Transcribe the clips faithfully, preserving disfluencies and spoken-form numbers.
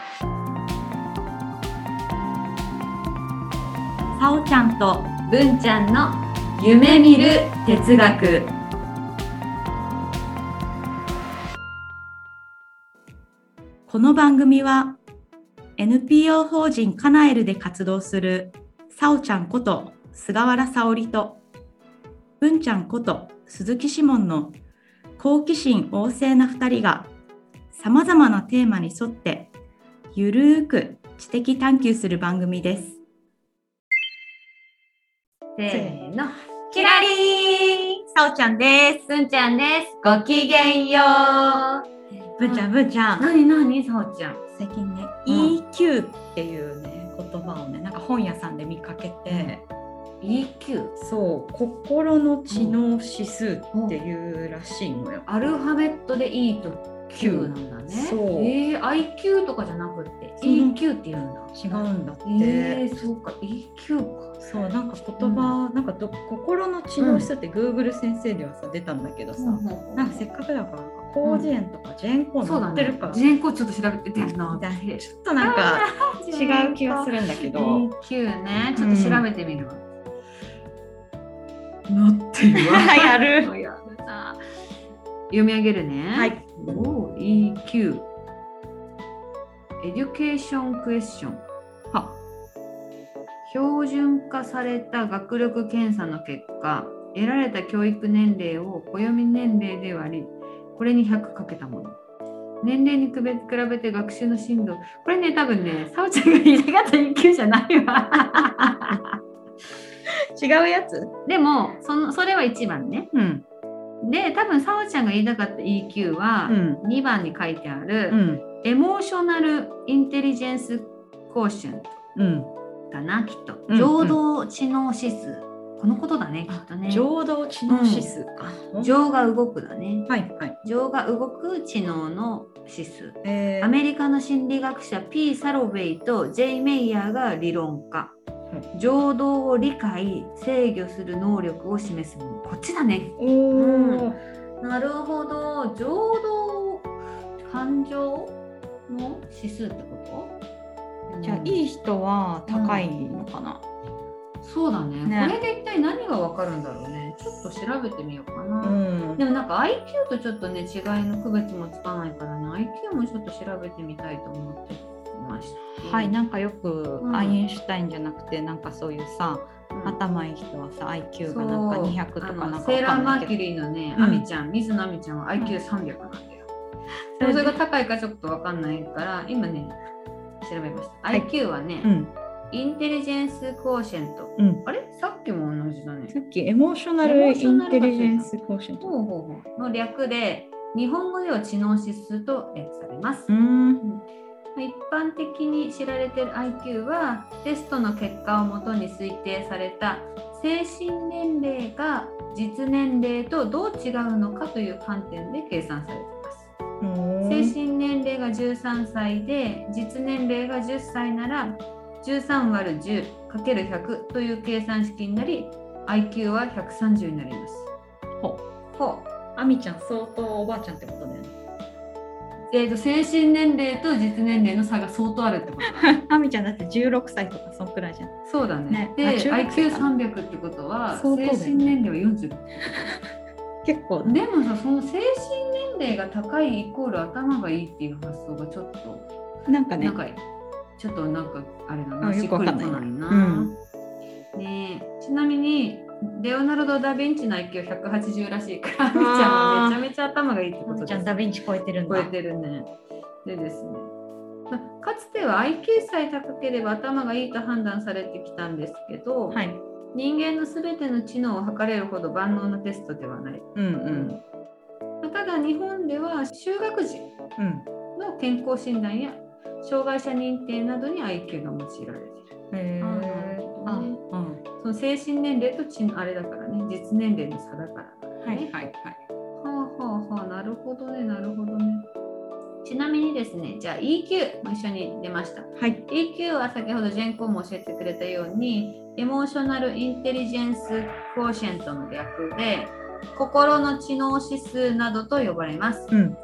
さおちゃんと文ちゃんの夢見る哲学。この番組は エヌピーオー 法人カナエルで活動するさおちゃんこと菅原さおりと文ちゃんこと鈴木志門の好奇心旺盛なふたりがさまざまなテーマに沿ってゆるーく知的探求する番組です。 せーの、 キラリーン、さおちゃんです。 文ちゃんです。ごきげんよう。 文ちゃん、文ちゃん。 なになに、さおちゃん。 最近ね、 うん、 イーキュー っていうね、言葉をね、なんか本屋さんで見かけて、 うん、イーキュー？ そう、心の知能指数っていうらしいのよ。 アルファベットで E と Q なんだね。 そう。 えー、アイキュー とかじゃなくて イーキュー って言うんだ。 違うんだって。 えー、そうか、イーキュー か。 そう、なんか言葉、うん、なんかど心の知能指数って Google 先生ではさ、出たんだけどさ、うん、なんかせっかくだから広辞苑とかジェーンコー載ってるから、 ジェーンコーちょっと調べててんな。 ちょっとなんか違う気がするんだけど。イーキュー ね、ちょっと調べてみるわ。 なってるわ。やる。 やるな。読み上げるね。 はい。 お イーキュー。エデュケーションクエスチョン。は。標準化された学力検査の結果、得られた教育年齢を暦年齢で割り、これにひゃくかけたもの。年齢に比べて学習の進度。これね、多分ね、さおちゃんが言いたかった イーキュー じゃないわ。 違うやつ？ でもその、それはいちばんね。うん、で、多分さおちゃんが言いたかった イーキュー はにばんに書いてある、うん、エモーショナルインテリジェンスコーションだな、きっと。情動知能指数。このことだね、きっとね。 情動知能指数か。 うん、情が動くだね。 はいはい。 情が動く知能の指数。えー、アメリカの心理学者 P. サロウェイと J. メイヤーが理論家。情動を理解、制御する能力を示すもの。こっちだね。おー、うん、なるほど。情動、感情の指数ってこと？ じゃあ、うん、いい人は高いのかな？ うん、そうだ ね, ね。これで一体何がわかるんだろうね。ちょっと調べてみようかな。うん、でもなんか アイキュー とちょっとね、違いの区別もつかないからね、アイキュー もちょっと調べてみたいと思ってました。 はい、なんかよく、うん、アインシュタインじゃなくてなんかそういうさ、うん、頭いい人はさ アイキュー がなんかにひゃくとかなんかセーラーマーキュリーのね、あみ、うん、ちゃん、水野あみちゃんは アイキューさんびゃく なんだよ。でもそれが高いかちょっと分かんないから今ね調べました。はい、アイキュー はね、うん、インテリジェンスコーシェント、うん、あれさっきも同じだね。 さっきエモーショナルインテリジェンスコーシェントほうほうほうの略で、日本語では知能指数と略されます。うん、一般的に知られている アイキュー はテストの結果をもとに推定された精神年齢が実年齢とどう違うのかという観点で計算されています。精神年齢がじゅうさんさいで実年齢がじゅっさいならじゅうさんわるじゅうかけるひゃくという計算式になり アイキュー はひゃくさんじゅうになります。 ほうほう。あみちゃん相当おばあちゃんってことだよね。 えー、と精神年齢と実年齢の差が相当あるってことだ、ね。 あみちゃんだってじゅうろくさいとかそんくらいじゃん。 そうだ ね, ねで アイキューさんびゃく ってことは精神年齢はよんじゅうろく。 結構でもさ、その精神年齢が高いイコール頭がいいっていう発想がちょっとなんかね、 なんかちょっとなんかあれだな、しっくりこないな、うん、ね。ちなみにレオナルド・ダ・ヴィンチの アイキューひゃくはちじゅうらしいから、あみちゃんはめちゃめちゃ頭がいいってことです。あみちゃんダ・ヴィンチ超えてるんだ。 超えてるね。でですね、かつては アイキュー さえ高ければ頭がいいと判断されてきたんですけど、はい、人間のすべての知能を測れるほど万能なテストではない。うんうん、ただ日本では就学時の健康診断や障害者認定などに アイキュー が用いられている。へー、あ、うん、その精神年齢と知能あれだからね、実年齢の差だから、ね。はいはいはい。はあはあはあ、なるほどね、なるほどね。ちなみにですね、じゃあ イーキュー も一緒に出ました。はい、イーキュー は先ほどジェンコンも教えてくれたように、エモーショナルインテリジェンスコーシェントの略で、心の知能指数などと呼ばれます。うん、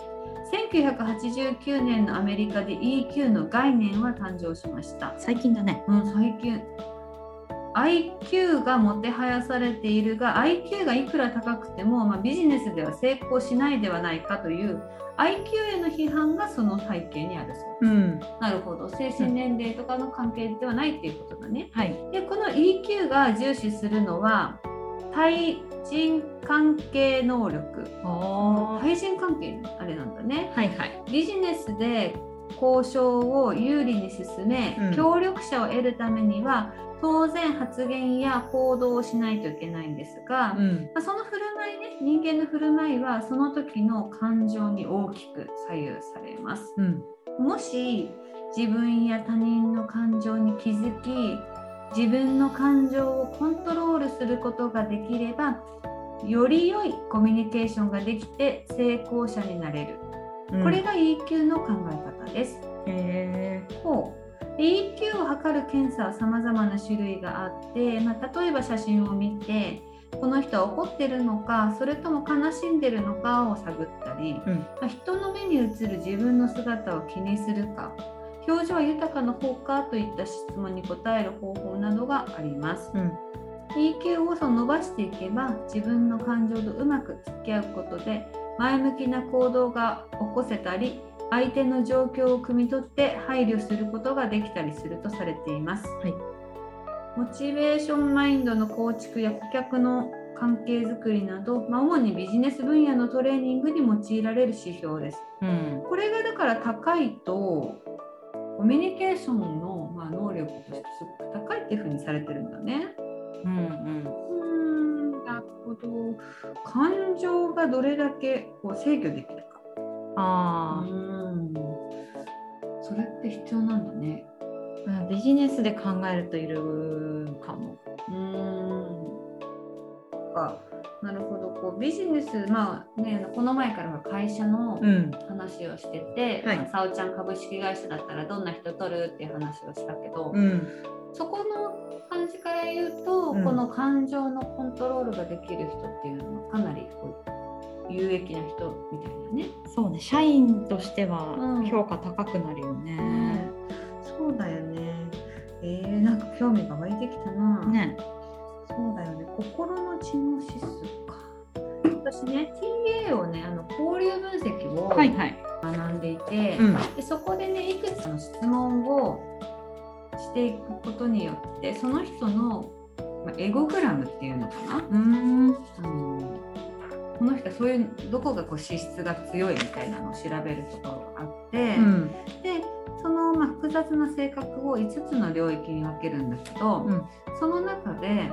せんきゅうひゃくはちじゅうきゅうねんのアメリカで イーキュー の概念は誕生しました。 最近だね。 うん、最近。アイキュー がもてはやされているが アイキュー がいくら高くても、まあ、ビジネスでは成功しないではないかという アイキュー への批判がその背景にあるそうです。うん、なるほど、精神年齢とかの関係ではないっていうことだね。はい、でこの イーキュー が重視するのは対人関係能力。対人関係あれなんだね。はいはい、ビジネスで交渉を有利に進め、うん、協力者を得るためには当然発言や行動をしないといけないんですが、うん、まあ、その振る舞いね、人間の振る舞いはその時の感情に大きく左右されます。うん、もし自分や他人の感情に気づき、自分の感情をコントロールすることができれば、より良いコミュニケーションができて成功者になれる。うん、これが イーキュー の考え方です。へー。ほう。イーキュー を測る検査は様々な種類があって、まあ、例えば写真を見てこの人は怒ってるのかそれとも悲しんでるのかを探ったり、うん、まあ、人の目に映る自分の姿を気にするか、表情は豊かな方かといった質問に答える方法などがあります。うん、イーキュー をその伸ばしていけば自分の感情とうまく付き合うことで前向きな行動が起こせたり、相手の状況を汲み取って配慮することができたりするとされています。はい、モチベーションマインドの構築や顧客の関係づくりなど、まあ、主にビジネス分野のトレーニングに用いられる指標です。うん、これがだから高いとコミュニケーションの、まあ、能力としてすごく高いっていうふうにされてるんだね。うんうん、うーん、なるほど。感情がどれだけこう制御できるか。あー、うん、それって必要なんだね。 ビジネスで考えるといるかも。 うーん、かなるほど。こうビジネス、まあね、この前からは会社の話をしてて、うん、はい、さおちゃん株式会社だったらどんな人取るっていう話をしたけど、うん、そこの感じから言うと、うん、この感情のコントロールができる人っていうのはかなりこう有益な人みたいなね。 そうね、社員としては評価高くなるよね。 うん、そうだよね。えー、なんか興味が湧いてきたな。ね。そうだよね。心の知能指数か。私ね、ティーエー をね、あの交流分析を学んでいて、はいはい、うん、でそこでね、いくつかの質問をしていくことによって、その人の、まあ、エゴグラムっていうのかな。うーん、あのこの人はそういうどこがこう資質が強いみたいなのを調べるところがあって、うん、でそのまあ複雑な性格をいつつの領域に分けるんだけど、うん、その中で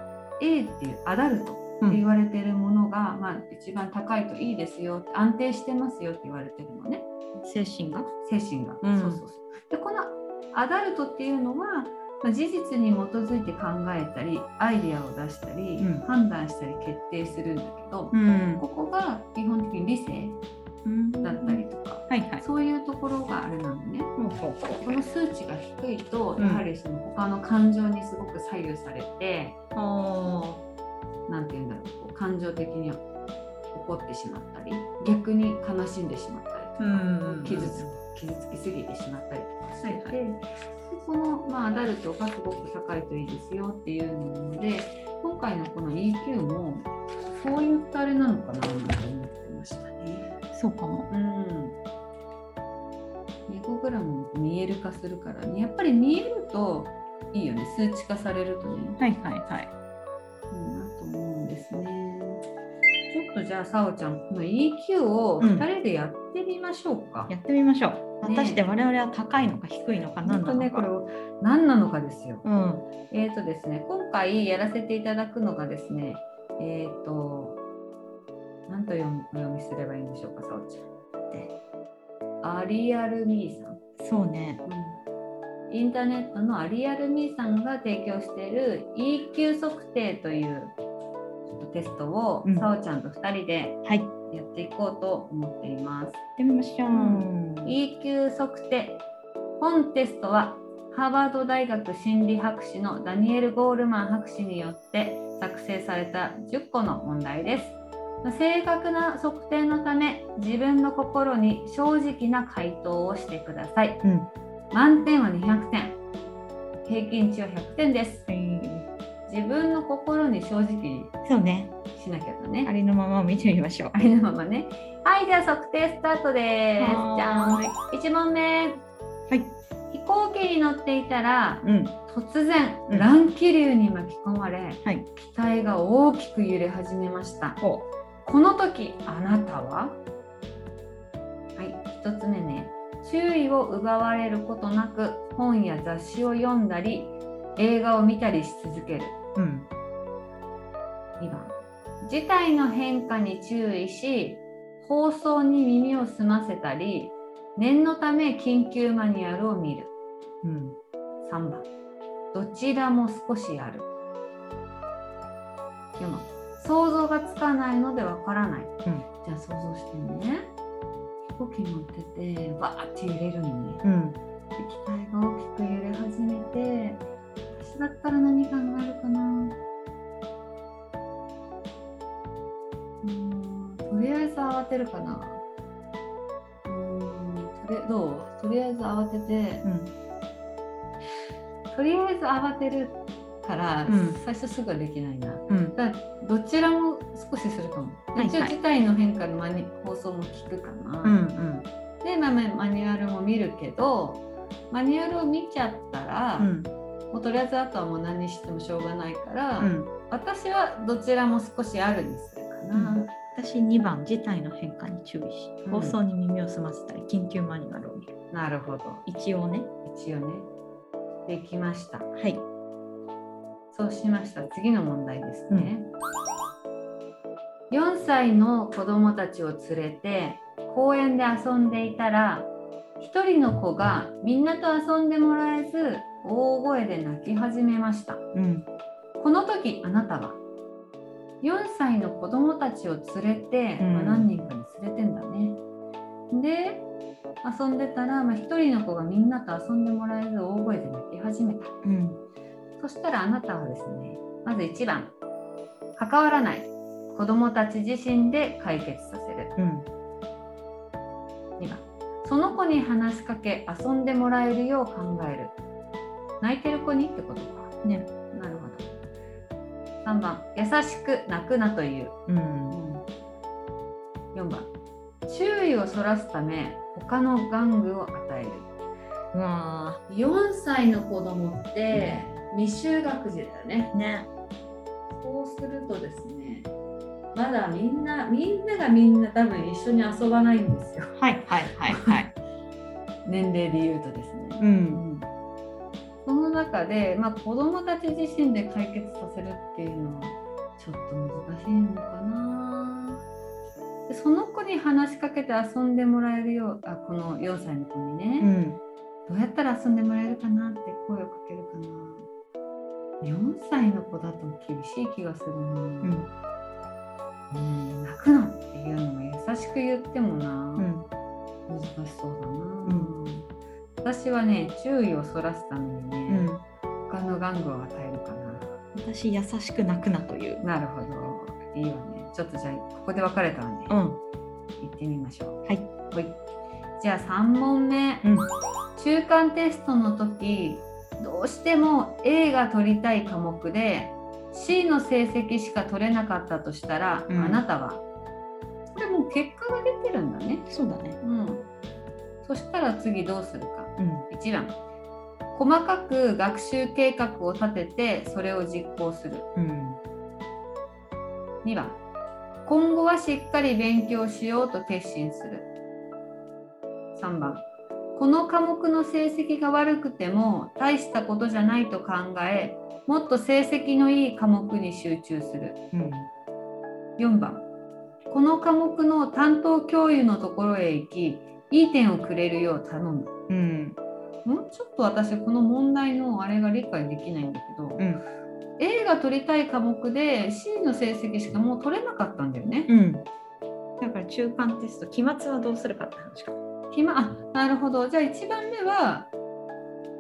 A っていうアダルトって言われているものが、うん、まあ、一番高いといいですよ、安定してますよって言われてるのね。 精神が精神が、うん、そうそうそう。でこのアダルトっていうのは、まあ、事実に基づいて考えたりアイデアを出したり、うん、判断したり決定するんだけど、うん、ここが基本的に理性だったりとか、うん、はいはい、そういうところがあれなのね。うん、この数値が低いとやはりその他の感情にすごく左右されて、うん、なんていうんだろう、こう感情的に怒ってしまったり逆に悲しんでしまったりとか、うん、傷つ傷つきすぎてしまったりとかしてて、はいはい、でこの、まあ、アダルトがすごく高いといいですよっていうので、今回のこの イーキュー もそういったあれなのかなと思ってましたね。 そうかも。うん。 エゴグラムも見える化するからね、やっぱり見えるといいよね、数値化されるとね。 はいはいはい。 いいなと思うんですね。ちょっとじゃあさおちゃん、この イーキュー をふたりでやってみましょうか。 うん、やってみましょう。果たして我々は高いのか低いのか何なのか、 ね、これを何なのかですよ。うん、えーとですね、今回やらせていただくのがですね、えーと何と読み、読みすればいいんでしょうか、さおちゃん。でアリアルミーさん。 そうね、 うん。インターネットのアリアルミーさんが提供している イーキュー 測定というちょっとテストを、うん、さおちゃんとふたりでやっていこうと思っています。やってみましょう。うん、 イーキュー 測定。本テストはハーバード大学心理博士のダニエル・ゴールマン博士によって作成されたじゅっこの問題です。 正確な測定のため自分の心に正直な回答をしてください、うん、満点はにひゃくてん、平均値はひゃくてんです、えー、自分の心に正直そうねしなきゃだね。 ありのままを見てみましょう。 ありのままね。はい、じゃあ測定スタートです。じゃあいち問目、はい、飛行機に乗っていたら、うん、突然、うん、乱気流に巻き込まれ、はい、機体が大きく揺れ始めました。この時あなたは、はい、ひとつめね、注意を奪われることなく本や雑誌を読んだり映画を見たりし続ける、うん、にばん、事態の変化に注意し放送に耳を澄ませたり念のため緊急マニュアルを見る、うん、さんばん、どちらも少しある、よんばん、想像がつかないのでわからない、うん、じゃあ想像してね、飛行機に乗っててバーって揺れるのね、うん、で機体が大きく揺れ始めて、私だったら何考えるかな、うーん、とりあえず慌てるかな、うーん、とりどうとりあえず慌てて、うん、とりあえず慌てるから、うん、最初すぐはできないな、うん、だからどちらも少しするかも、はい、一応事態の変化のマニ放送も聞くかな、うんうん、で、まあ、マニュアルも見るけどマニュアルを見ちゃったら、うん、もうとりあえずあとはもう何してもしょうがないから、うん、私はどちらも少しあるにするかな、うん、 私にばん、事態の変化に注意し、うん、放送に耳を澄ませたり緊急マニュアルを見る。 なるほど、 一応ね一応ねできました。 はい、 そうしました。次の問題ですね、うん、よんさいの子どもたちを連れて公園で遊んでいたらひとりの子がみんなと遊んでもらえず大声で泣き始めました、うん、この時あなたはよんさいの子どもたちを連れて、うん、まあ、何人かに連れてんだね。で遊んでたら、まあ、ひとりの子がみんなと遊んでもらえず大声で泣き始めた、うん、そしたらあなたはですね、まずいちばん、関わらない、子どもたち自身で解決させる、うん、にばん、その子に話しかけ遊んでもらえるよう考える、泣いてる子にってことかね、なるほど。さんばん、優しく泣くなという、うんうん、よんばん、注意をそらすため他の玩具を与える。うわー、よんさいの子供って未就学児だよね。ね。そうするとですね、まだみんなみんながみんな多分一緒に遊ばないんですよ。 はいはいはいはい。 年齢で言うとですね。うん。うん、その中で、まあ、子供たち自身で解決させるっていうのはちょっと難しいのかな。でその子に話しかけて遊んでもらえるよう、あ、このよんさいの子にね、うん、どうやったら遊んでもらえるかなって声をかけるかな。よんさいの子だと厳しい気がするな、うんうん、泣くなっていうのも優しく言ってもな、うん、難しそうだな、うん、私はね、注意をそらすためにね、うん、他の玩具を与えるかな。 私、優しく泣くなという。 なるほど、いいわね。ちょっとじゃあここで分かれたわね、うん、行ってみましょう。はい、はい、じゃあさん問目、うん、中間テストの時どうしても A が取りたい科目で C の成績しか取れなかったとしたら、うん、あなたはこれもう結果が出てるんだね。 そうだね、うん、 そしたら次どうするか、うん、いちばん、細かく学習計画を立ててそれを実行する、うん、にばん、今後はしっかり勉強しようと決心する、さんばん、この科目の成績が悪くても大したことじゃないと考え、もっと成績のいい科目に集中する、うん、よんばん、この科目の担当教諭のところへ行きいい点をくれるよう頼む、うん、もうちょっと私この問題のあれが理解できないんだけど、うん、A が取りたい科目で C の成績しかもう取れなかったんだよね、うん、 だから中間テスト期末はどうするかって話か。 期末、あ、なるほど。じゃあいちばんめは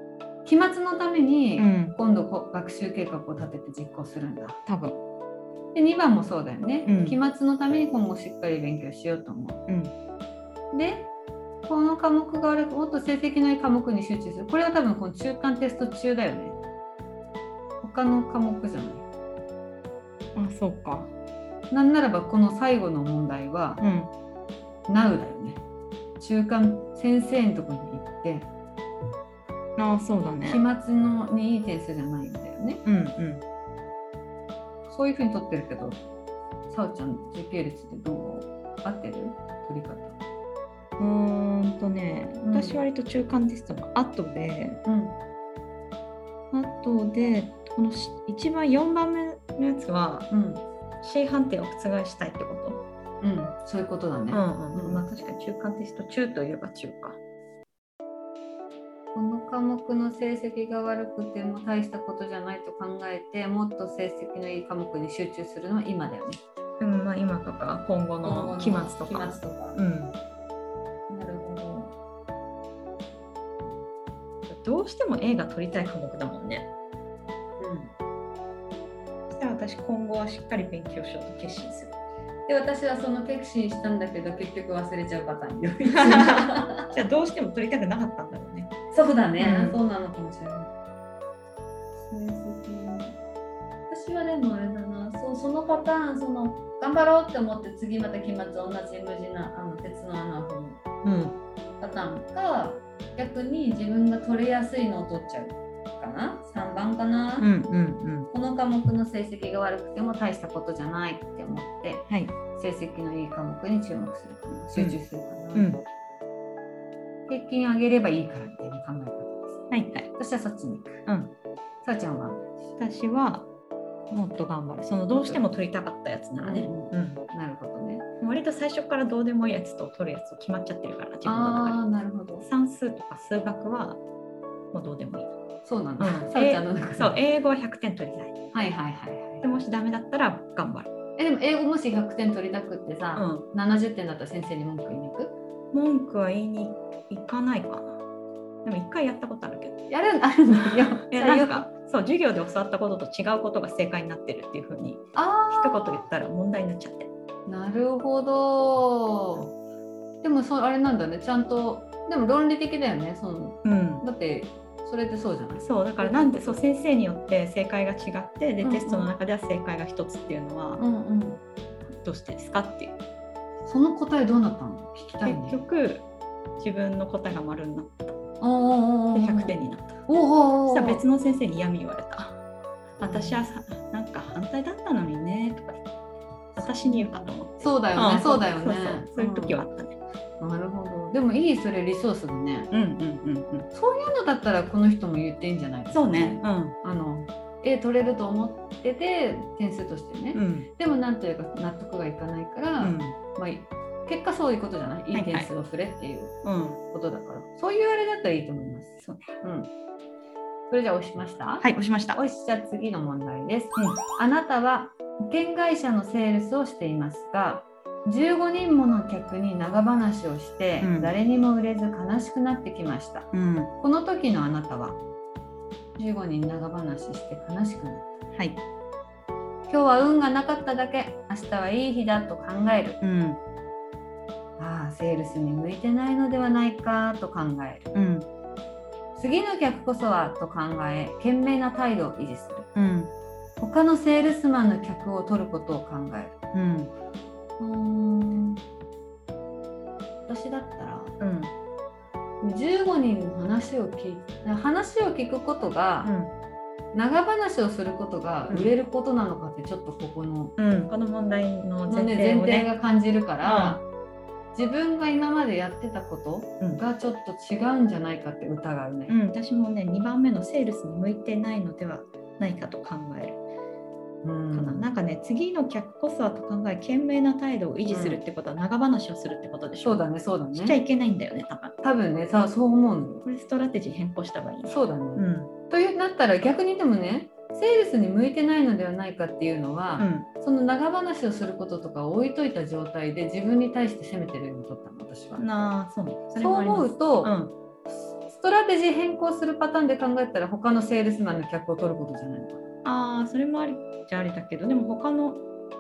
期末のために今度こう学習計画を立てて実行するんだ、 多分。 でにばんもそうだよね、うん、期末のために今後しっかり勉強しようと思う、うん、でこの科目が悪くもっと成績のいい科目に集中する。これは多分この中間テスト中だよね。他の科目じゃない。 あ、そうか。 なんならばこの最後の問題は、うん、ナウだよね。中間先生のところに行って、 あ、そうだね。 期末のにいい点数じゃないんだよね。うんうん。そういうふうに取ってるけど、さおちゃん時系列でどう合ってる？取り方。 うーんとね、うん、私割と中間テストの後で、うん、後でこの一番よんばんめのやつは、うん、C 判定を覆したいってこと？ うん、そういうことだね。 うんうんうん、まあ確かに中間テスト中といえば中か。 この科目の成績が悪くても大したことじゃないと考えて、もっと成績のいい科目に集中するのは今だよね。 うん、まあ今とか今後の期末とか。 期末とか。 うん。なるほど。どうしても A が取りたい科目だもんね。うん。そしたら私今後はしっかり勉強しようと決心する。 で、私はその決心したんだけど結局忘れちゃうパターンよ。 じゃあどうしても取りたくなかったんだろうね。 そうだね、うん、そうなのかもしれない。私はでもあれだな、そ, そのパターン、その頑張ろうって思って次また期末同じ無地なあの鉄の穴を踏む、うん、パターンか、逆に自分が取れやすいのを取っちゃうかな、さんばんかな、うんうんうん、この科目の成績が悪くても大したことじゃないって思って、はい、成績のいい科目に注目するかな、集中するかな、うんうん、平均上げればいいからみたいな考え方です。はいはい。私はそっちに行く。うん。さあちゃんは？ 私はもっと頑張る。そのどうしても取りたかったやつならね。 うん。うん、なるほどね。 割と最初からどうでもいいやつと取るやつ決まっちゃってるから自分の中で。 ああ、なるほど。 算数とか数学はもうどうでもいい。 そうなんだ。 うん、さあちゃんの中で。そう、英語はひゃくてん取りたい。 はいはいはいはい。 でもしダメだったら頑張る。 えでも英語もしひゃくてん取りたくってさ、うん、ななじゅってんだったら先生に文句言いに行く？ 文句は言いに行かないかな。でも一回やったことあるけど。 やるんあるんだよ。 いやなんかそう授業で教わったことと違うことが正解になってるっていう風に一言言ったら問題になっちゃって。 なるほど。でもそうあれなんだね。ちゃんとでも論理的だよね。その、うん、だってそれってそうじゃない？ そうだからなんでそう先生によって正解が違ってで、うんうん、テストの中では正解が一つっていうのは、うんうん、どうしてですかっていう。 その答えどうなったの？聞きたいね。 結局自分の答えが丸になった。でひゃくてんになった。そしたら別の先生に嫌味言われた。私はさなんか反対だったのにねとか言って私に言うかと思って。 そうだよね、そうだよね。 そうそうそういう時はあったね。 なるほど。でもいいそれリソースだね。うんうんうんうん。そういうのだったらこの人も言っていいんじゃないですか、ね。 そうね。うん。 あの A 取れると思ってて点数としてね。うん、でもなんというか納得がいかないから、うん、まあ結果そういうことじゃない。いい点数を振れっていうことだから、はいはいうん、そういうあれだったらいいと思います。そうね。うん。それじゃあ押しました？ はい、押しました。 よし、じゃあ次の問題です。うん、あなたは保険会社のセールスをしていますが、じゅうごにんもの客に長話をして、うん、誰にも売れず悲しくなってきました、うん、この時のあなたはじゅうごにん長話して悲しくなった、はい、今日は運がなかっただけ、明日はいい日だと考える、うん、ああセールスに向いてないのではないかと考える、うん、次の客こそはと考え懸命な態度を維持する、うん、他のセールスマンの客を取ることを考える、うんうーん私だったら、うん、じゅうごにんの話を聞い話を聞くことが、うん、長話をすることが売れることなのかってちょっとここの、うん、この問題の前提を、ね、前提が感じるから、うん、自分が今までやってたことがちょっと違うんじゃないかって疑うね、 うん、私もねにばんめのセールスに向いてないのではないかと考えるかな。なんかね次の客こそはと考え懸命な態度を維持するってことは長話をするってことでしょ、 うん、そうだねそうだねしちゃいけないんだよね多分多分ねさそう思うのよ。 これストラテジー変更した方がいいね。 そうだね、うん、というなったら逆にでもねセールスに向いてないのではないかっていうのは、うん、その長話をすることとかを置いといた状態で自分に対して責めてるようにとったの私は。 なあそう、 それもあります。そう思うと、うん、ストラテジー変更するパターンで考えたら他のセールスマンの客を取ることじゃないのかな。 ああそれもありじゃありだけどでも他の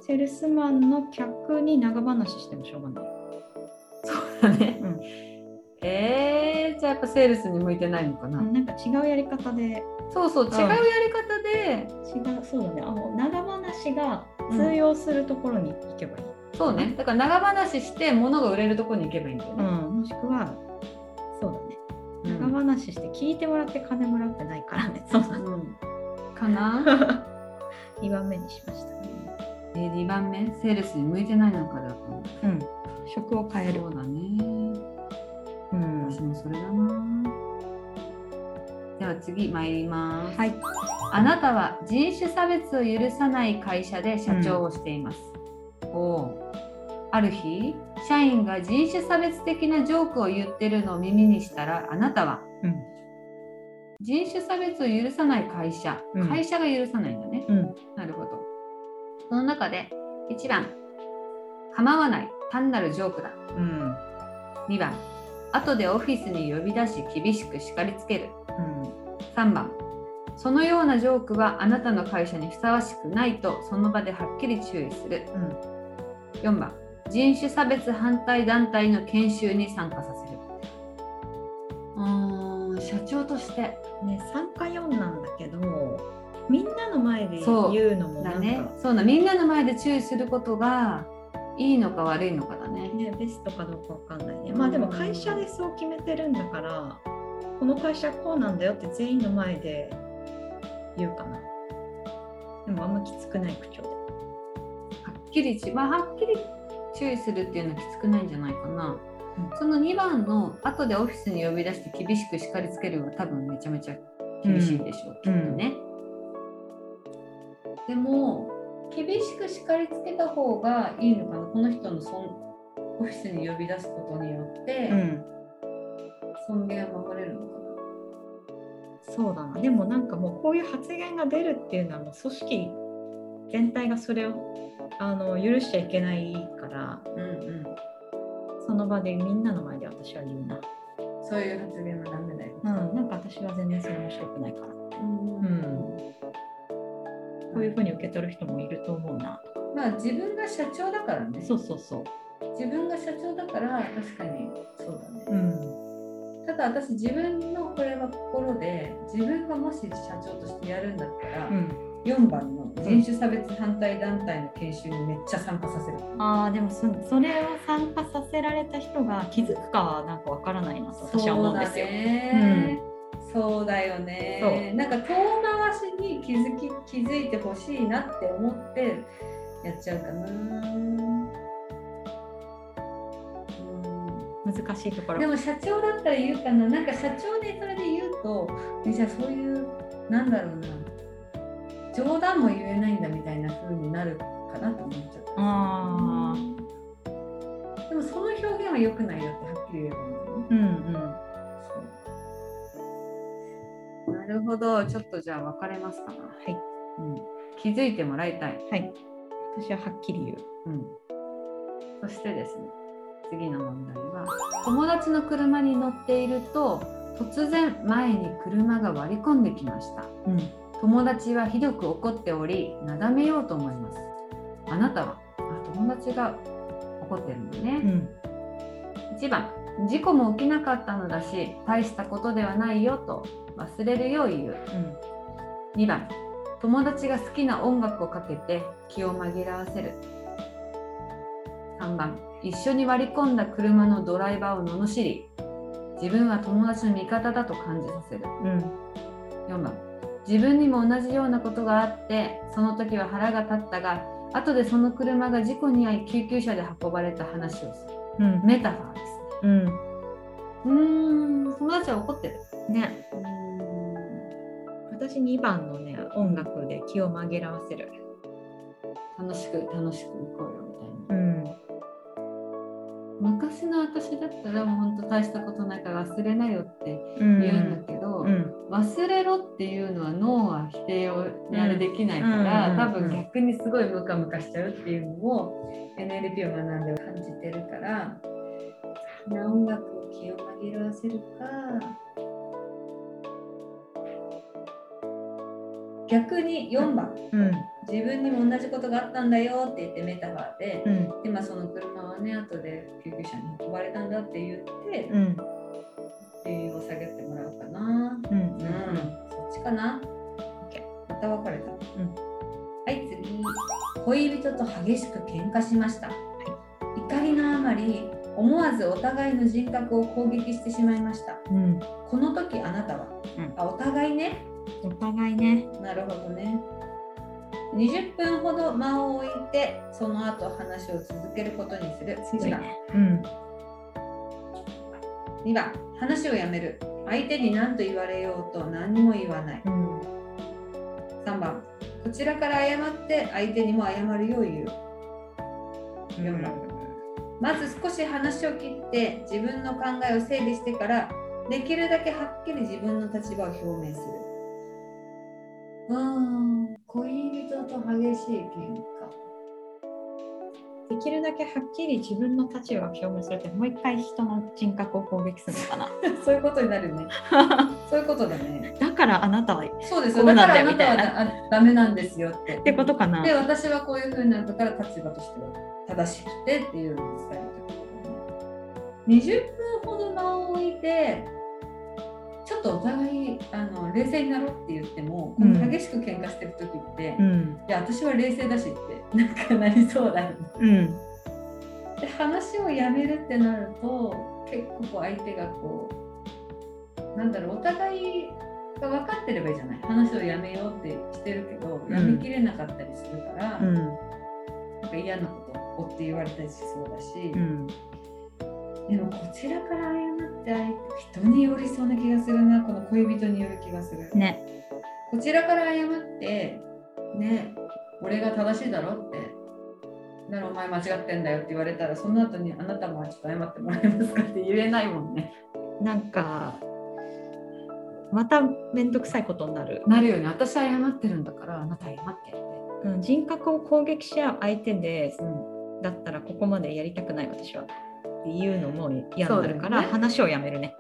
セールスマンの客に長話してもしょうがない。 そうだね、うん、えー、じゃあやっぱセールスに向いてないのかな。 なんか違うやり方で。 そうそう、違うやり方で、 違う、そうだね、あの長話が通用するところに行けばいい、 うん、そうね、だから長話して物が売れるところに行けばいいんだよね、 うん、もしくはそうだね、長話して聞いてもらって金もらってないからね、そうだね、うん、 かなにばんめにしましたね。 えー、にばんめ、セールスに向いてないのかだと思う。 うん、職を変える。 そうだね、 うん、 私もそれだな。では次参ります。 はい。 あなたは人種差別を許さない会社で社長をしています。うん、おある日、社員が人種差別的なジョークを言ってるのを耳にしたら、あなたは、うん、人種差別を許さない会社、うん、会社が許さないんだね。うん、なるほど。その中でいちばん、構わない、単なるジョークだ。うん、にばん、後でオフィスに呼び出し厳しく叱りつける。うん、さんばん、そのようなジョークはあなたの会社にふさわしくないとその場ではっきり注意する。うん、よんばん、人種差別反対団体の研修に参加させる。うーん、社長として、 ね、さんかよんなんだけど、みんなの前で言うのもなんか、 そうだね、そうだ、みんなの前で注意することがいいのか悪いのかだね。 ね、ベストかどうかわかんないね。まあでも会社でそう決めてるんだから、この会社こうなんだよって全員の前で言うかな。でもあんまきつくない口調で。 はっきりち、まあ、はっきり注意するっていうのはきつくないんじゃないかな。うん、そのにばんの後でオフィスに呼び出して厳しく叱りつけるは多分めちゃめちゃ厳しいでしょう、うん、きっとね。うん、でも厳しく叱りつけた方がいいのかな。この人のそんオフィスに呼び出すことによって、うん、尊厳は守れるのかな。 そうだな。でもなんかもうこういう発言が出るっていうのはもう組織全体がそれをあの許しちゃいけないから、うんうん、その場でみんなの前で私は言うな。 そういう発言はダメだよ。 うん、なんか私は全然それ面白くないからって、うんうん、こういうふうに受け取る人もいると思うな。 まあ自分が社長だからね。 そうそうそう。 自分が社長だから確かにそうだね。うん、ただ私自分のこれは心で自分がもし社長としてやるんだったら、うん、よんばんの人種差別反対団体の研修にめっちゃ参加させる。うん、 ああでも そ, それを参加させられた人が気づくかはなんかわからないなと私は思うんですよ。 そうだよね。なんか遠回しに気づき気づいてほしいなって思ってやっちゃうかな。 難しいところ。 でも社長だったら言うかな。なんか社長にそれで言うと、ね、じゃあそういうなんだろうな、冗談も言えないんだみたいな風になるかなと思っちゃった。あー、でもその表現は良くないよってはっきり言えばいいんだよね。うんうん。そう。なるほど。ちょっとじゃあ分かれますかな。はい。うん、気づいてもらいたい。 はい。私ははっきり言う。 うん。そしてですね。次の問題は、友達の車に乗っていると突然前に車が割り込んできました。うん、友達はひどく怒っておりなだめようと思います。あなたは、あ、友達が怒ってるのね。うん、いちばん、事故も起きなかったのだし大したことではないよと忘れるよう言う。うん、にばん、友達が好きな音楽をかけて気を紛らわせる。さんばん、一緒に割り込んだ車のドライバーを罵り自分は友達の味方だと感じさせる。うん、よんばん、自分にも同じようなことがあってその時は腹が立ったが後でその車が事故に遭い救急車で運ばれた話をする。うん、メタファーですね。うん、うーん、友達は怒ってるね。うーん、私にばんのね、音楽で気を紛らわせる。 楽しく楽しく行こうよみたいな。うん、昔の私だったらもう本当大したことないから忘れなよって言うんだけど、うんうん、忘れろっていうのは脳は否定をあれできないから、うん、多分逆にすごいムカムカしちゃうっていうのを エヌエルピー を学んで感じてるから、好きな音楽を気を紛らわせるか、逆によんばん、うん、 自分にも同じことがあったんだよって言ってメタファーで、 うん、 でまあ、その車はね後で救急車に運ばれたんだって言って、 うん、 理由を下げてもらうかな。うん、うん、そっちかな。また別れた。うん、はい次。恋人と激しく喧嘩しました。はい、怒りのあまり思わずお互いの人格を攻撃してしまいました。うん、この時あなたは、うん、あお互いね。 お互いね。なるほどね。 にじゅっぷんほど間を置いてその後話を続けることにする。いちばん、うん、にばん話をやめる。相手に何と言われようと何にも言わない。うん、さんばんこちらから謝って相手にも謝るよう言う。よんばん、うん、まず少し話を切って自分の考えを整理してからできるだけはっきり自分の立場を表明する。うーん、恋人と激しい喧嘩。 できるだけはっきり自分の立場を表明するってもう一回人の人格を攻撃するのかなそういうことになるよねそういうことだね。 だからあなたはそうですよ、だからあなたはだダメなんですよってってことかな。 で私はこういう風になるから立場としては正しくてっていうのを伝えるってことだね。にじゅっぷんほど間を置いてちょっとお互いあの冷静になろうって言っても、うん、この激しく喧嘩してる時って、うん、いや私は冷静だしってなんかなりそうだよね、うん、で話をやめるってなると結構こう相手がこうなんだろうお互いが分かってればいいじゃない。話をやめようってしてるけど、うん、やめきれなかったりするから、うん、なんか嫌なことをって言われたりしそうだし、うん、でもこちらから謝って人によりそうな気がするな。この恋人による気がするね。こちらから謝ってね、俺が正しいだろってだからお前間違ってんだよって言われたらその後にあなたもちょっと謝ってもらえますかって言えないもんね。 なんかまためんどくさいことになるなるよね。私は謝ってるんだからあなた謝ってって、 うん、人格を攻撃し合う相手で、うん、だったらここまでやりたくない私はっていうのも嫌になるから、ね、話をやめるね。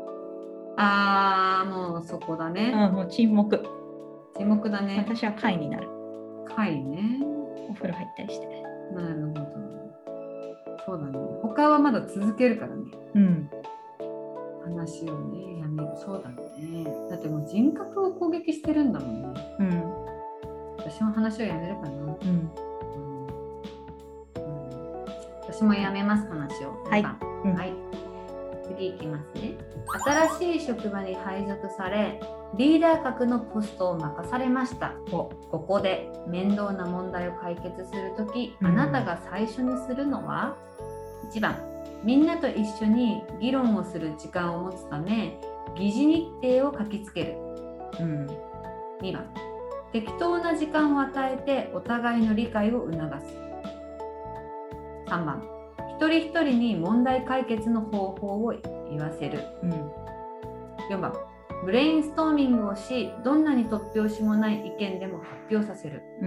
あーもうそこだね。 あもう沈黙沈黙だね。 私は会になる。 会ね。 お風呂入ったりして。 なるほど。そうだね。他はまだ続けるからね。うん。話をねやめる。そうだね。だってもう人格を攻撃してるんだもんね。うん。私も話をやめるかな。うん。うんうん、私もやめます話を。 はい。 うん、はい。次いきますね。新しい職場に配属されリーダー格のポストを任されました。ここで面倒な問題を解決するとき、うん、あなたが最初にするのは、いちばんみんなと一緒に議論をする時間を持つため議事日程を書きつける、うん、にばん適当な時間を与えてお互いの理解を促す。さんばん一人一人に問題解決の方法を言わせる、うん、よんばんブレインストーミングをしどんなに突拍子もない意見でも発表させる、うん、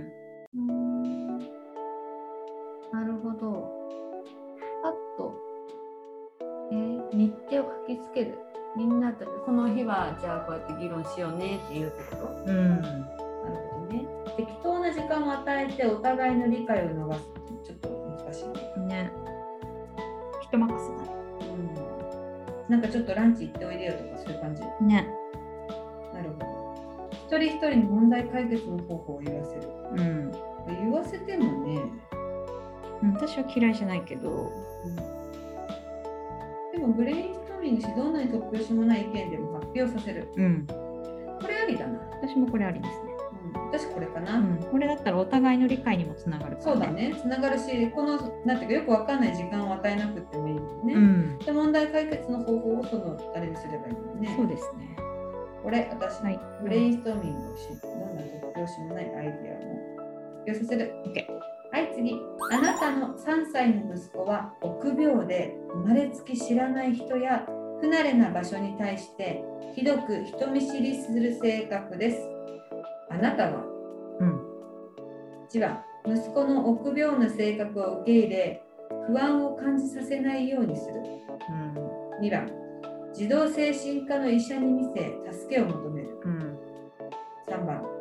うーんなるほど。あと、えー、日程を書きつける。みんなとこの日はじゃあこうやって議論しようねっていうところ、うん、なるほどね。適当な時間を与えてお互いの理解を促す。ちょっと難しいね。ね。 人任せだね。 うん。なんかちょっとランチ行っておいでよとかそういう感じ。ね。なるほど。一人一人に問題解決の方法を言わせる。うん。言わせてもね。 私は嫌いじゃないけど。うん、 でもブレインストーミングしどんなに突拍子もない意見でも発表させる。うん。これありだな。 私もこれありですね。 私これかな、 うん、これだったらお互いの理解にもつながるから、ね、 そうだね、つながるし、このなんていうかよくわかんない時間を与えなくてもいいもんね、うん、で問題解決の方法をそのあれにすればいいもんね。 そうですね。 これ私、はい、ブレインストーミングをし、どんな突拍子もないアイデアを発表させる、okay、はい次。あなたのさんさいの息子は臆病で生まれつき知らない人や不慣れな場所に対してひどく人見知りする性格です。あなたは、うん、いちばん息子の臆病な性格を受け入れ不安を感じさせないようにする、うん、にばん児童精神科の医者に見せ助けを求める、うん、さんばんあ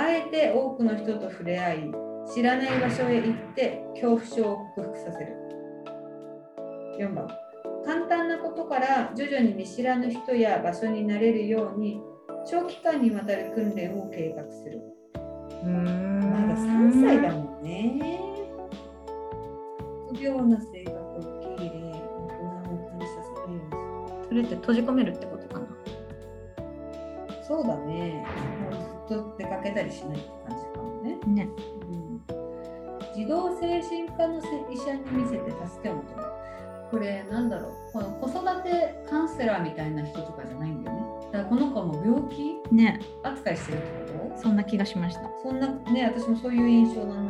あえて多くの人と触れ合い、知らない場所へ行って恐怖症を克服させる。よんばん、簡単なことから徐々に見知らぬ人や場所に慣れるように長期間にわたる訓練を計画する。うーん、まださんさいだもんね。臆病な性格を受け入れ、不安を感じさせないようにする。 それって閉じ込めるってことかな。 そうだね。もうずっと出かけたりしないって感じかもね。 ね。 うん、児童精神科の医者に見せて助けを求める。これなんだろう、この子育てカウンセラーみたいな人とかじゃないんだよね。だからこの子も病気、ね、扱いしてるってこと？ そんな気がしました。 そんなね、私もそういう印象だな。うん。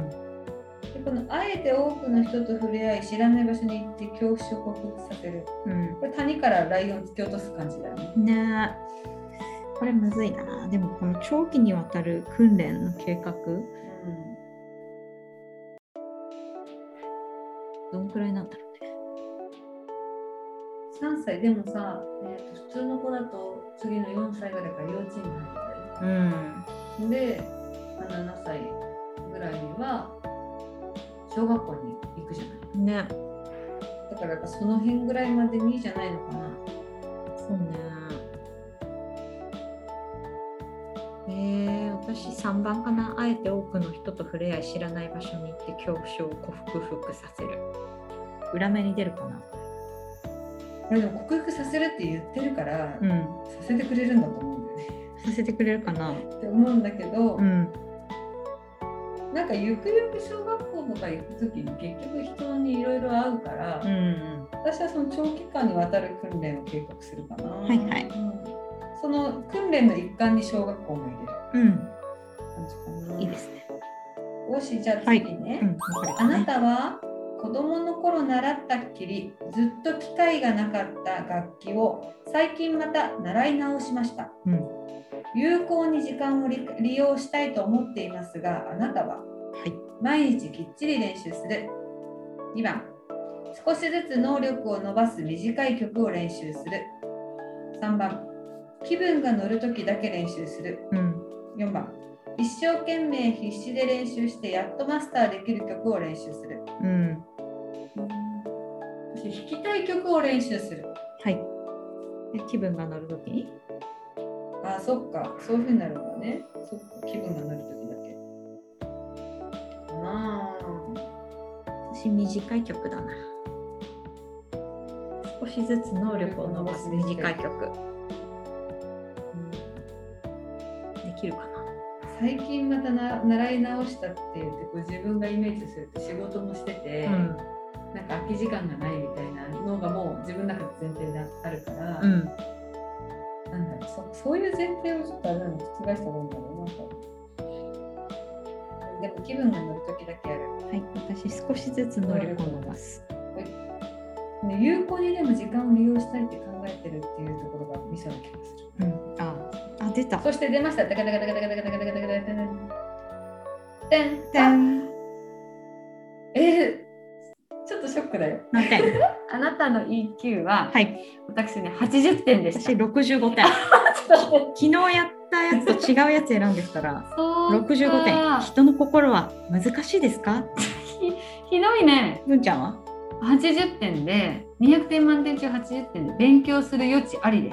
でこのあえて多くの人と触れ合い、知らない場所に行って恐怖症を克服させる。うん、これ谷からライオン突き落とす感じだよね。ね。これむずいな。でもこの長期にわたる訓練の計画、うん、どんくらいなんだろうね。さんさいでもさ、えー、と普通の子だと次のよんさいぐらいから幼稚園に入ったり、うん、でななさいぐらいには小学校に行くじゃないね。だからやっぱその辺ぐらいまでにじゃないのかな。そうね。えー、私さんばんかな。あえて多くの人と触れ合い、知らない場所に行って恐怖症を克服させる。裏目に出るかな。でも克服させるって言ってるから、うん、させてくれるんだと思うんだよね。させてくれるかなって思うんだけど、うん、なんかゆくゆく小学校とか行くときに結局人にいろいろ会うから、うんうん、私はその長期間にわたる訓練を計画するかな。はいはい。うん、その訓練の一環に小学校も入れる。うん。感じかな。いいですね。よし、じゃあ次ね。はい、うん、あなたは子供の頃習ったっきりずっと機会がなかった楽器を最近また習い直しました。うん、有効に時間を 利, 利用したいと思っていますが、あなたは、はい、毎日きっちり練習する。にばん、少しずつ能力を伸ばす短い曲を練習する。さんばん、気分が乗るときだけ練習する。うん、よんばん、一生懸命必死で練習してやっとマスターできる曲を練習する。うん、私弾きたい曲を練習する。はい。で気分が乗るときに？あ、そっか、そういう風になるんだね。そっか、気分が乗るときだけ。ああ。私短い曲だな。少しずつ能力を伸ばす短い曲。うん、できるかな。最近またな習い直したって言ってこう自分がイメージすると仕事もしてて、うん、なんか空き時間がないみたいなのがもう自分の中で前提であるから、うん、なんだろう、そ、そういう前提をちょっとあれなの覆した方がいいんだろうな。でも気分が乗るときだけやる。はい、私少しずつ能力を伸ばす。はい、有効にでも時間を利用したいって考えてるっていうところがミソな気がする。うん、ああ、出た。そして出ました。ダカダカダカダカダカダカダカダカダカダカテンテン。えー、ちょっとショックだよ。何点？あなたの イーキュー は、はい、私ねはちじゅってんでした。私ろくじゅうごてん。昨日やったやつと違うやつ選んでたらろくじゅうごてん。人の心は難しいですか？ひ, ひどいね。文ちゃんははちじゅってんでにひゃくてん満点中はちじゅってんで勉強する余地ありです。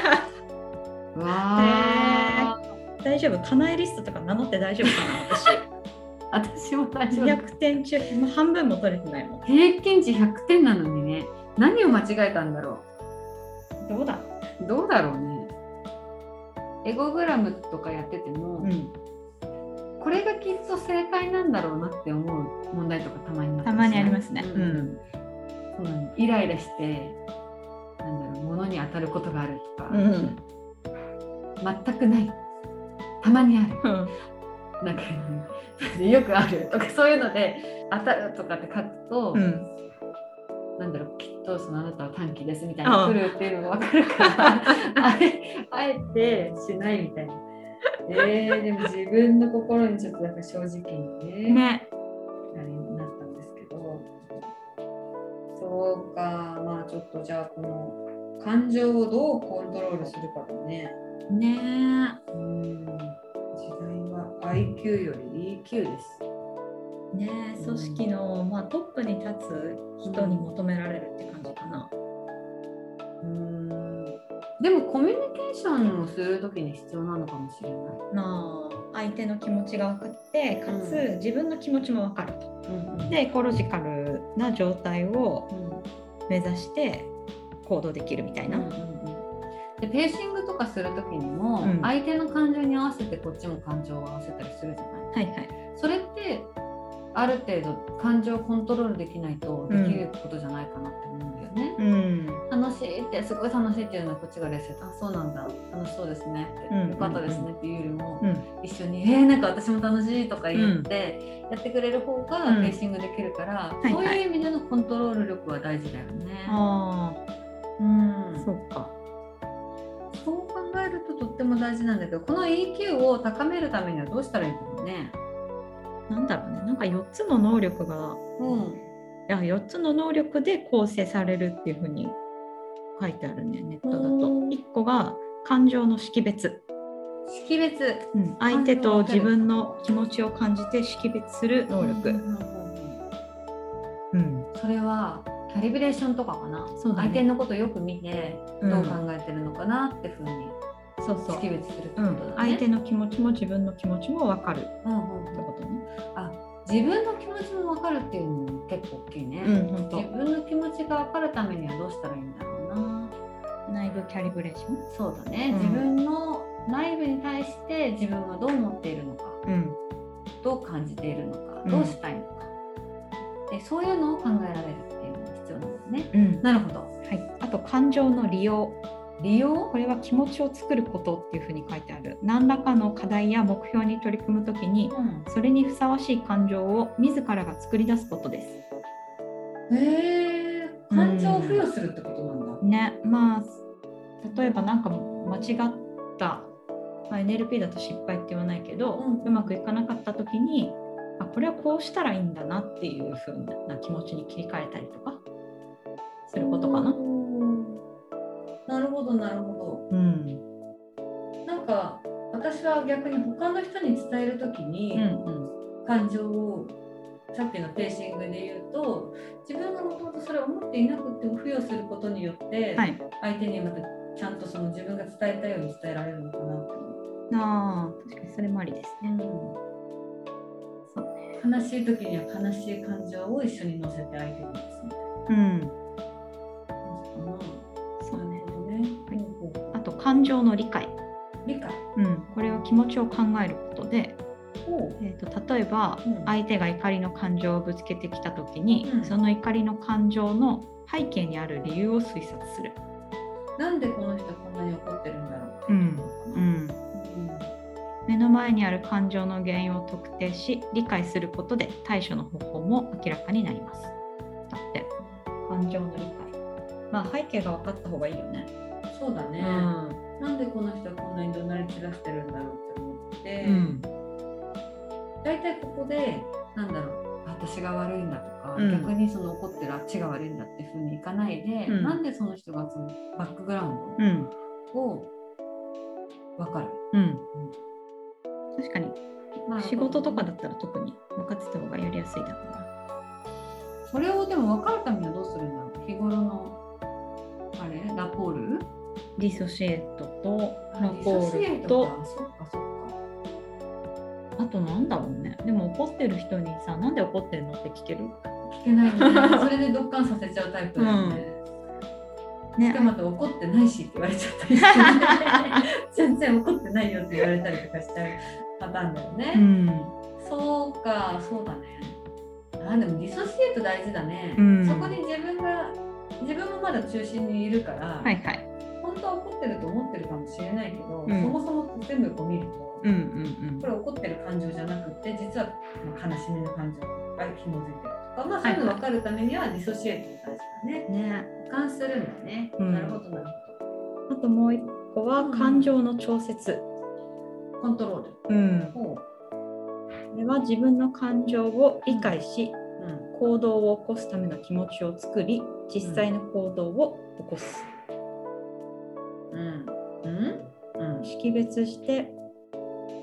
わー、大丈夫？カナエリストとか名乗って大丈夫かな？私私も大丈夫。ひゃくてん中もう半分も取れてないもん。平均値ひゃくてんなのにね。何を間違えたんだろう。どうだどうだろうね。エゴグラムとかやってても、うん、これがきっと正解なんだろうなって思う問題とかたまにあったりしない？たまにありますね。うんうん、そうなの。イライラしてなんだろう、物に当たることがあるとか、うん、全くない。たまにある。うん、なんか、ね、よくあるとかそういうので当たるとかって書くと、うん、なんだろう、きっとそのあなたは短期ですみたいな来るっていうのが分かるからあえ、あえてしないみたいな。えー、でも自分の心にちょっとなんか正直に ね, ねあれになったんですけど、そうか、まあちょっとじゃあこの感情をどうコントロールするかだね。ねえ。うん、 代は アイキュー より イーキュー です。 ね、組織の、まあ、トップに立つ人に求められるって感じかな。 うーん、でもコミュニケーションをするときに必要なのかもしれない。 なあ、相手の気持ちが分かってかつ、うん、自分の気持ちも分かると、うんうん、でエコロジカルな状態を目指して行動できるみたいな、うんうんうん、 でペーシングとかするときにも、うん、相手の感情に合わせてこっちも感情を合わせたりするじゃない。 はいはい。 それってある程度感情をコントロールできないとできることじゃないかなって思うんだよね、うん、楽しいってすごい楽しいっていうのはこっちが冷静、あ、そうなんだ、楽しそうですねって、うん、よかったですねっていうよりも、うん、一緒にえー、なんか私も楽しいとか言ってやってくれる方がペーシングできるから、うん、そういう意味でのコントロール力は大事だよね、はいはい、あ、うん、 そうか。 そう考えるととっても大事なんだけど、この イーキュー を高めるためにはどうしたらいいんだろうね。 なんだろうね、なんかよっつの能力が、うん、いやよっつの能力で構成されるっていう風に書いてあるね、ネットだと。いっこが感情の識別。 識別、 うん、相手と自分の気持ちを感じて識別する能力、うんうん、それはキャリブレーションとかかな。そうだね、相手のことをよく見てどう考えてるのかなって風に、うん、そうそう識別するってことだね、うん、 相手の気持ちも自分の気持ちも分かるってことね、 うんうん、あ、自分の気持ちも分かるっていうのも結構大きいね、うん、自分の気持ちが分かるためにはどうしたらいいんだろうな。 内部キャリブレーション。 そうだね、うん、自分の内部に対して自分はどう思っているのか、うん、どう感じているのか、どうしたいのか、うん、でそういうのを考えられるっていうのが必要なんですね、うん、なるほど、 はい、あと感情の利用。 利用、 これは気持ちを作ることっていうふうに書いてある。何らかの課題や目標に取り組むときに、うん、それにふさわしい感情を自らが作り出すことです。 へー、感情を付与するってことなんだ、 うん、ね。まあ例えばなんか間違った、まあ、エヌエルピー だと失敗って言わないけど、うん、うまくいかなかったときに、あ、これはこうしたらいいんだなっていうふうな気持ちに切り替えたりとかすることかな。 なるほどなるほど、うん、なんか私は逆に他の人に伝えるときに、うんうん、感情をさっきのペーシングで言うと、自分がもともとそれを思っていなくても付与することによって、はい、相手にまたちゃんとその自分が伝えたように伝えられるのかなって思う。 ああ、確かにそれもありですね、うん、 そうね。悲しい時には悲しい感情を一緒に乗せて相手にですみたいな、うん、 そうね、はい、あと感情の理解。 理解、 うん、これは気持ちを考えることで、えーと、例えば、うん、相手が怒りの感情をぶつけてきたときに、うん、その怒りの感情の背景にある理由を推察する。 なんでこの人こんなに怒ってるんだろうっていうことかな、うんうんうん、 目の前にある感情の原因を特定し理解することで対処の方法も明らかになります。だって感情の理解、まあ背景が分かった方がいいよね。 そうだね、うん、なんでこの人はこんなに怒鳴り散らしてるんだろうって思って、うん、だいたいここでなんだろう、私が悪いんだとか、うん、逆にその怒ってるあっちが悪いんだっていう風にいかないで、うん、なんでその人がそのバックグラウンドを分かる、うんうん、 確かに、まあ、仕事とかだったら特に分かってた方がやりやすいだろうな。 それをでも分かるためにはどうするんだろう。日頃のあれラポール、 ディソシエートとラポールと、 そっかそっか、 あとなんだろうね。でも怒ってる人にさ、なんで怒ってるのって聞ける？ 聞けないね。それでどっかんさせちゃうタイプだよね。うん、ね、しかもまた怒ってないしって言われちゃったりして、全然怒ってないよって言われたりとかしちゃうパターンだよね。うん、そうか、そうだね。あ、でもディソシエート大事だね。うん、そこに自分が自分もまだ中心にいるから、はいはい、本当は怒ってると思ってるかもしれないけど、うん、そもそも全部こう見ると、うんうんうん、これ怒ってる感情じゃなくて実は悲しみの感情が紐づいてるとか、まあ、そういうの分かるためにはディソシエートが大事だね。ね、俯瞰するんだね、うん、なるほどなるほど。あともう一個は感情の調節、 うん、コントロール、うん、これは自分の感情を理解し、うん、行動を起こすための気持ちを作り実際の行動を起こす、うんうんうん、識別して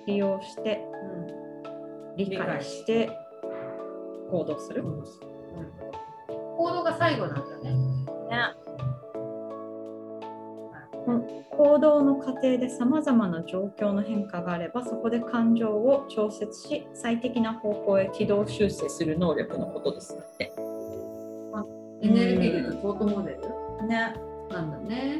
利用して、うん、理解して行動する。行動が最後なんだね。ね。 行動の過程でさまざまな状況の変化があれば、そこで感情を調節し最適な方向へ軌道修正する能力のことですって。 あ、エネルギーでいうとトートモデル、 ね、 なんだね。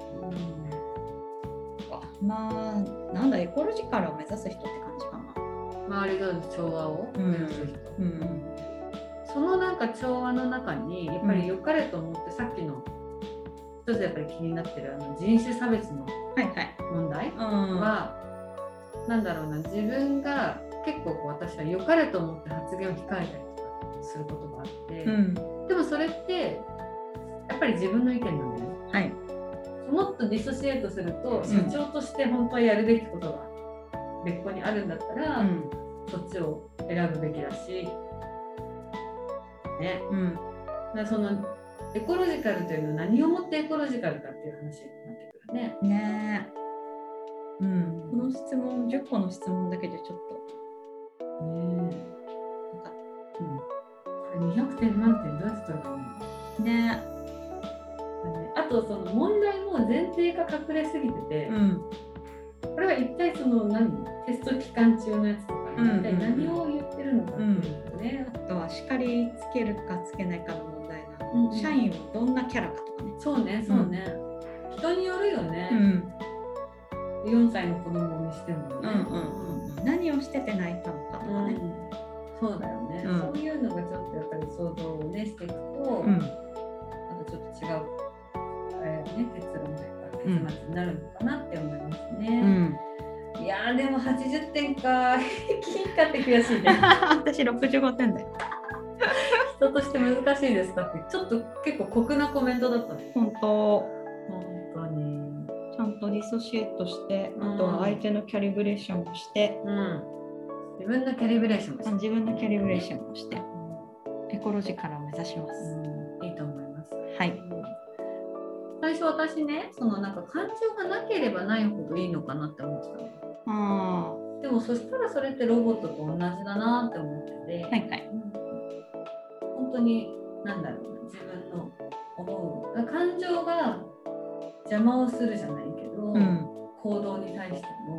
うん、まあなんだエコロジカルを目指す人って感じかな。周りとの調和を目指す人、うんうん、そのなんか調和の中にやっぱり良かれと思って、うん、さっきの一つやっぱり気になってるあの人種差別の問題は、はいはい、なんだろうな、自分が結構こう私は良かれと思って発言を控えたりとかすることがあって、うん、でもそれってやっぱり自分の意見なんだよね、はい、もっとディソシエートすると、うん、社長として本当はやるべきことが別個にあるんだったら、うん、そっちを選ぶべきだしね、うん、だからそのエコロジカルというのは何をもってエコロジカルかっていう話になってくるね。 ねえ、うん、この質問じゅっこの質問だけでちょっとねえ、なんか、 うん、にひゃくてん満点どうやって取るかね。ねえ。あとその問題も前提が隠れすぎてて、うん、これは一体その何テスト期間中のやつとか、ね、うんうん、一体何を言ってるのかっていうのね、 うん、あとは叱りつけるかつけないかの問題なの、うん、社員はどんなキャラかとかね。 そうねそうね、うん、人によるよね、うん、よんさいの子供にしてもね、うんうんうん、何をしてて泣いたのかとかね、うん、 そうだよね、うん、そういうのがちょっとやっぱり想像をねしていくと、うん、またちょっと違うあれね、結論というか結末になるのかなって思いますね、うん、いやーでもはちじゅってんか平均かって悔しいね私ろくじゅうごてんだよ人として難しいですかってちょっと結構酷なコメントだったね。 本当本当にちゃんとディソシエートして、うん、あとは相手のキャリブレーションをして、うん、 自分のキャリブレーションをして自分のキャリブレーションをして、うん、エコロジカルを目指します、 うん、いいと思います。 はい、 最初私ね、そのなんか感情がなければないほどいいのかなって思ってたの。あでもそしたらそれってロボットと同じだなって思ってて、はいはい、本当に何だろうな、自分の思う感情が邪魔をするじゃないけど、うん、行動に対しても、うん、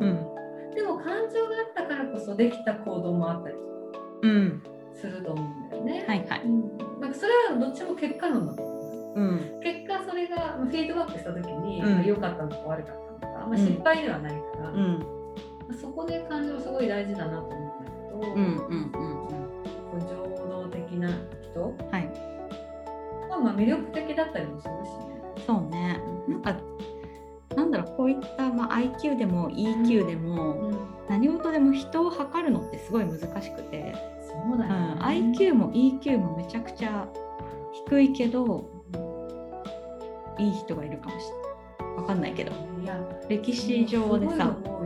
でも感情があったからこそできた行動もあったりすると思うんだよね、うんはいはい、うん、なんかそれはどっちも結果論だと思う、うん、結果それがフィードバックした時に良、うん、かったのか悪かったのか、まあ、失敗ではないから、うん、そこで感情すごい大事だなと思うんだけど、うんうんうんうん、情動的な人、はい、まあ、まあ魅力的だったりもするしね。 そうね、なんかなんだろう、こういった、まあ、アイキュー でも イーキュー でも、うん、何事でも人を測るのってすごい難しくて、 そうだよね、 うん、アイキュー も イーキュー もめちゃくちゃ低いけど、うん、いい人がいるかもしれない。わかんないけど、いや歴史上でさ、うん、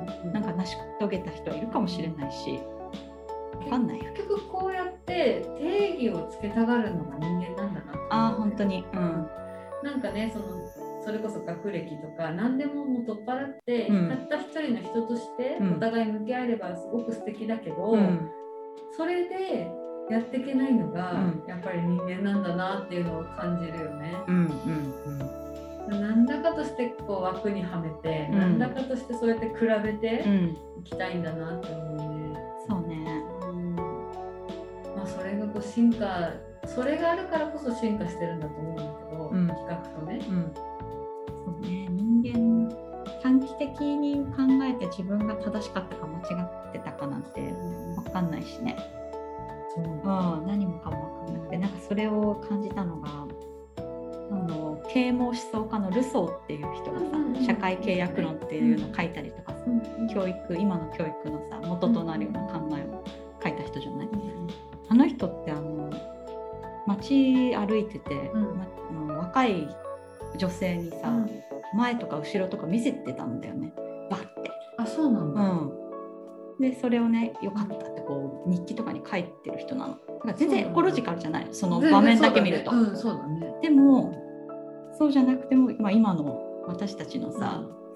なんか成し遂げた人はいるかもしれないし、わかんないよ。 結局こうやって定義をつけたがるのが人間なんだなって。 ああ、本当に、うん、 なんかね、そのそれこそ学歴とか何でももう取っ払って、うん、たった一人の人としてお互い向き合えればすごく素敵だけど、うん、それでやっていけないのが、うん、やっぱり人間なんだなっていうのを感じるよね、うんうんうん、なんだかとしてこう枠にはめて、うん、なんだかとしてそうやって比べていきたいんだなって思うね。 そうね、うん、 まあ、それがこう進化、それがあるからこそ進化してるんだと思うんだけど、うん、比較とね、うん、 そうね、人間短期的に考えて自分が正しかったか間違ってたかなんて分かんないしね、そう、うん、何もかも分かんなくて、なんかそれを感じたのが、あの啓蒙思想家のルソーっていう人がさ、うんうん、社会契約論っていうのを書いたりとかさ、うんうん、教育、今の教育のさ元となるような考えを書いた人じゃない、うんうん、あの人ってあの街歩いてて、うんま、若い女性にさ、うん、前とか後ろとか見せてたんだよね、バッて。 あ、そうなんだ、うん、 でそれをね、良かったってこう日記とかに書いてる人なの。だから全然エコロジカルじゃない、その場面だけ見ると、 うん、そうだね、 でもそうじゃなくても、まあ、今の私たちのさ、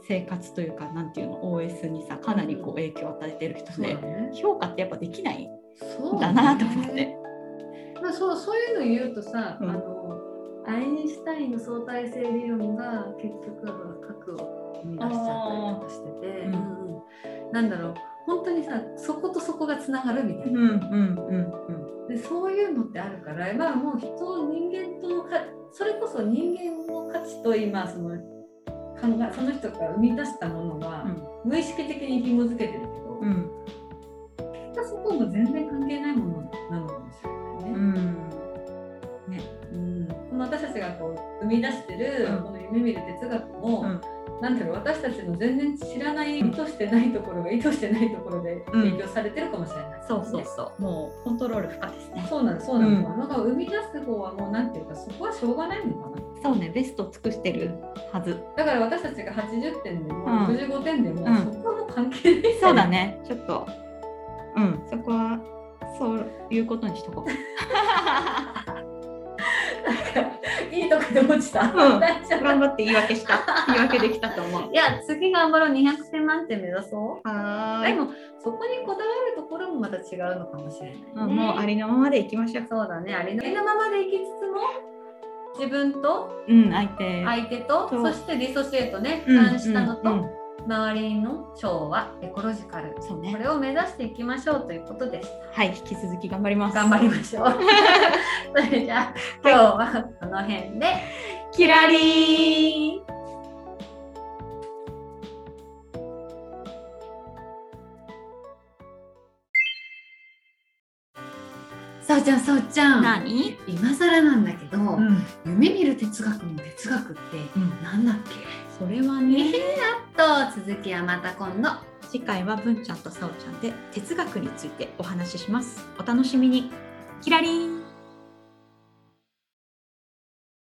生活というかなんていうの オーエス にさかなりこう影響を与えてる人で、 ね、 評価ってやっぱできないんだなと思って。 まあ、そう、そういうの言うとさ、うん、あのアインシュタインの相対性理論が結局は核を生み出しちゃったりとかしてて、うんうん、なんだろう本当にさそことそこがつながるみたいな、うんうんうんうん、でそういうのってあるから、まあ、もう人人間とのかそれこそ人間の価値と今その考えその人が生み出したものは、うん、無意識的に紐づけてるけど、うん、結果そこも全然関係ないものなのかもしれないね。うんねうん、この私たちがこう生み出してる、うん、この夢見る哲学も、うんなんていうの私たちの全然知らない意図してないところが意図してないところで影響されてるかもしれない、ねうん、 そうそうそうもうコントロール不可ですね。 そうなのそうなの、うん、だから生み出す方はもうなんていうかそこはしょうがないのかな。 そうねベストを尽くしてるはずだから私たちがはちじゅってんでも、うん、ろくじゅうごてんでも、うん、そこはもう関係ない、 ね、そうだねちょっとうんそこはそういうことにしとこうなんかいいとこで落ちた、うん、 頑張って言い訳した言い訳できたと思う。 いや次頑張ろうにひゃくてん満点目指そう。はでもそこにこだわるところもまた違うのかもしれないね、 うん、もうありのままでいきましょう。 そうだねありのままでいきつつも自分と、 うん、相手相手とそしてディソシエートね俯瞰したのと、うんうんうん周りの調和エコロジカルそう、ね、これを目指していきましょうということです。 はい引き続き頑張ります頑張りましょうそれじゃあ今日はこの辺でキラリーそうちゃんそうちゃん何今更なんだけど、うん、夢見る哲学の哲学って何だっけ、 うん、それはねやっと続きはまた今度。 次回は文ちゃんとさおちゃんで哲学についてお話しします。お楽しみに。キラリン。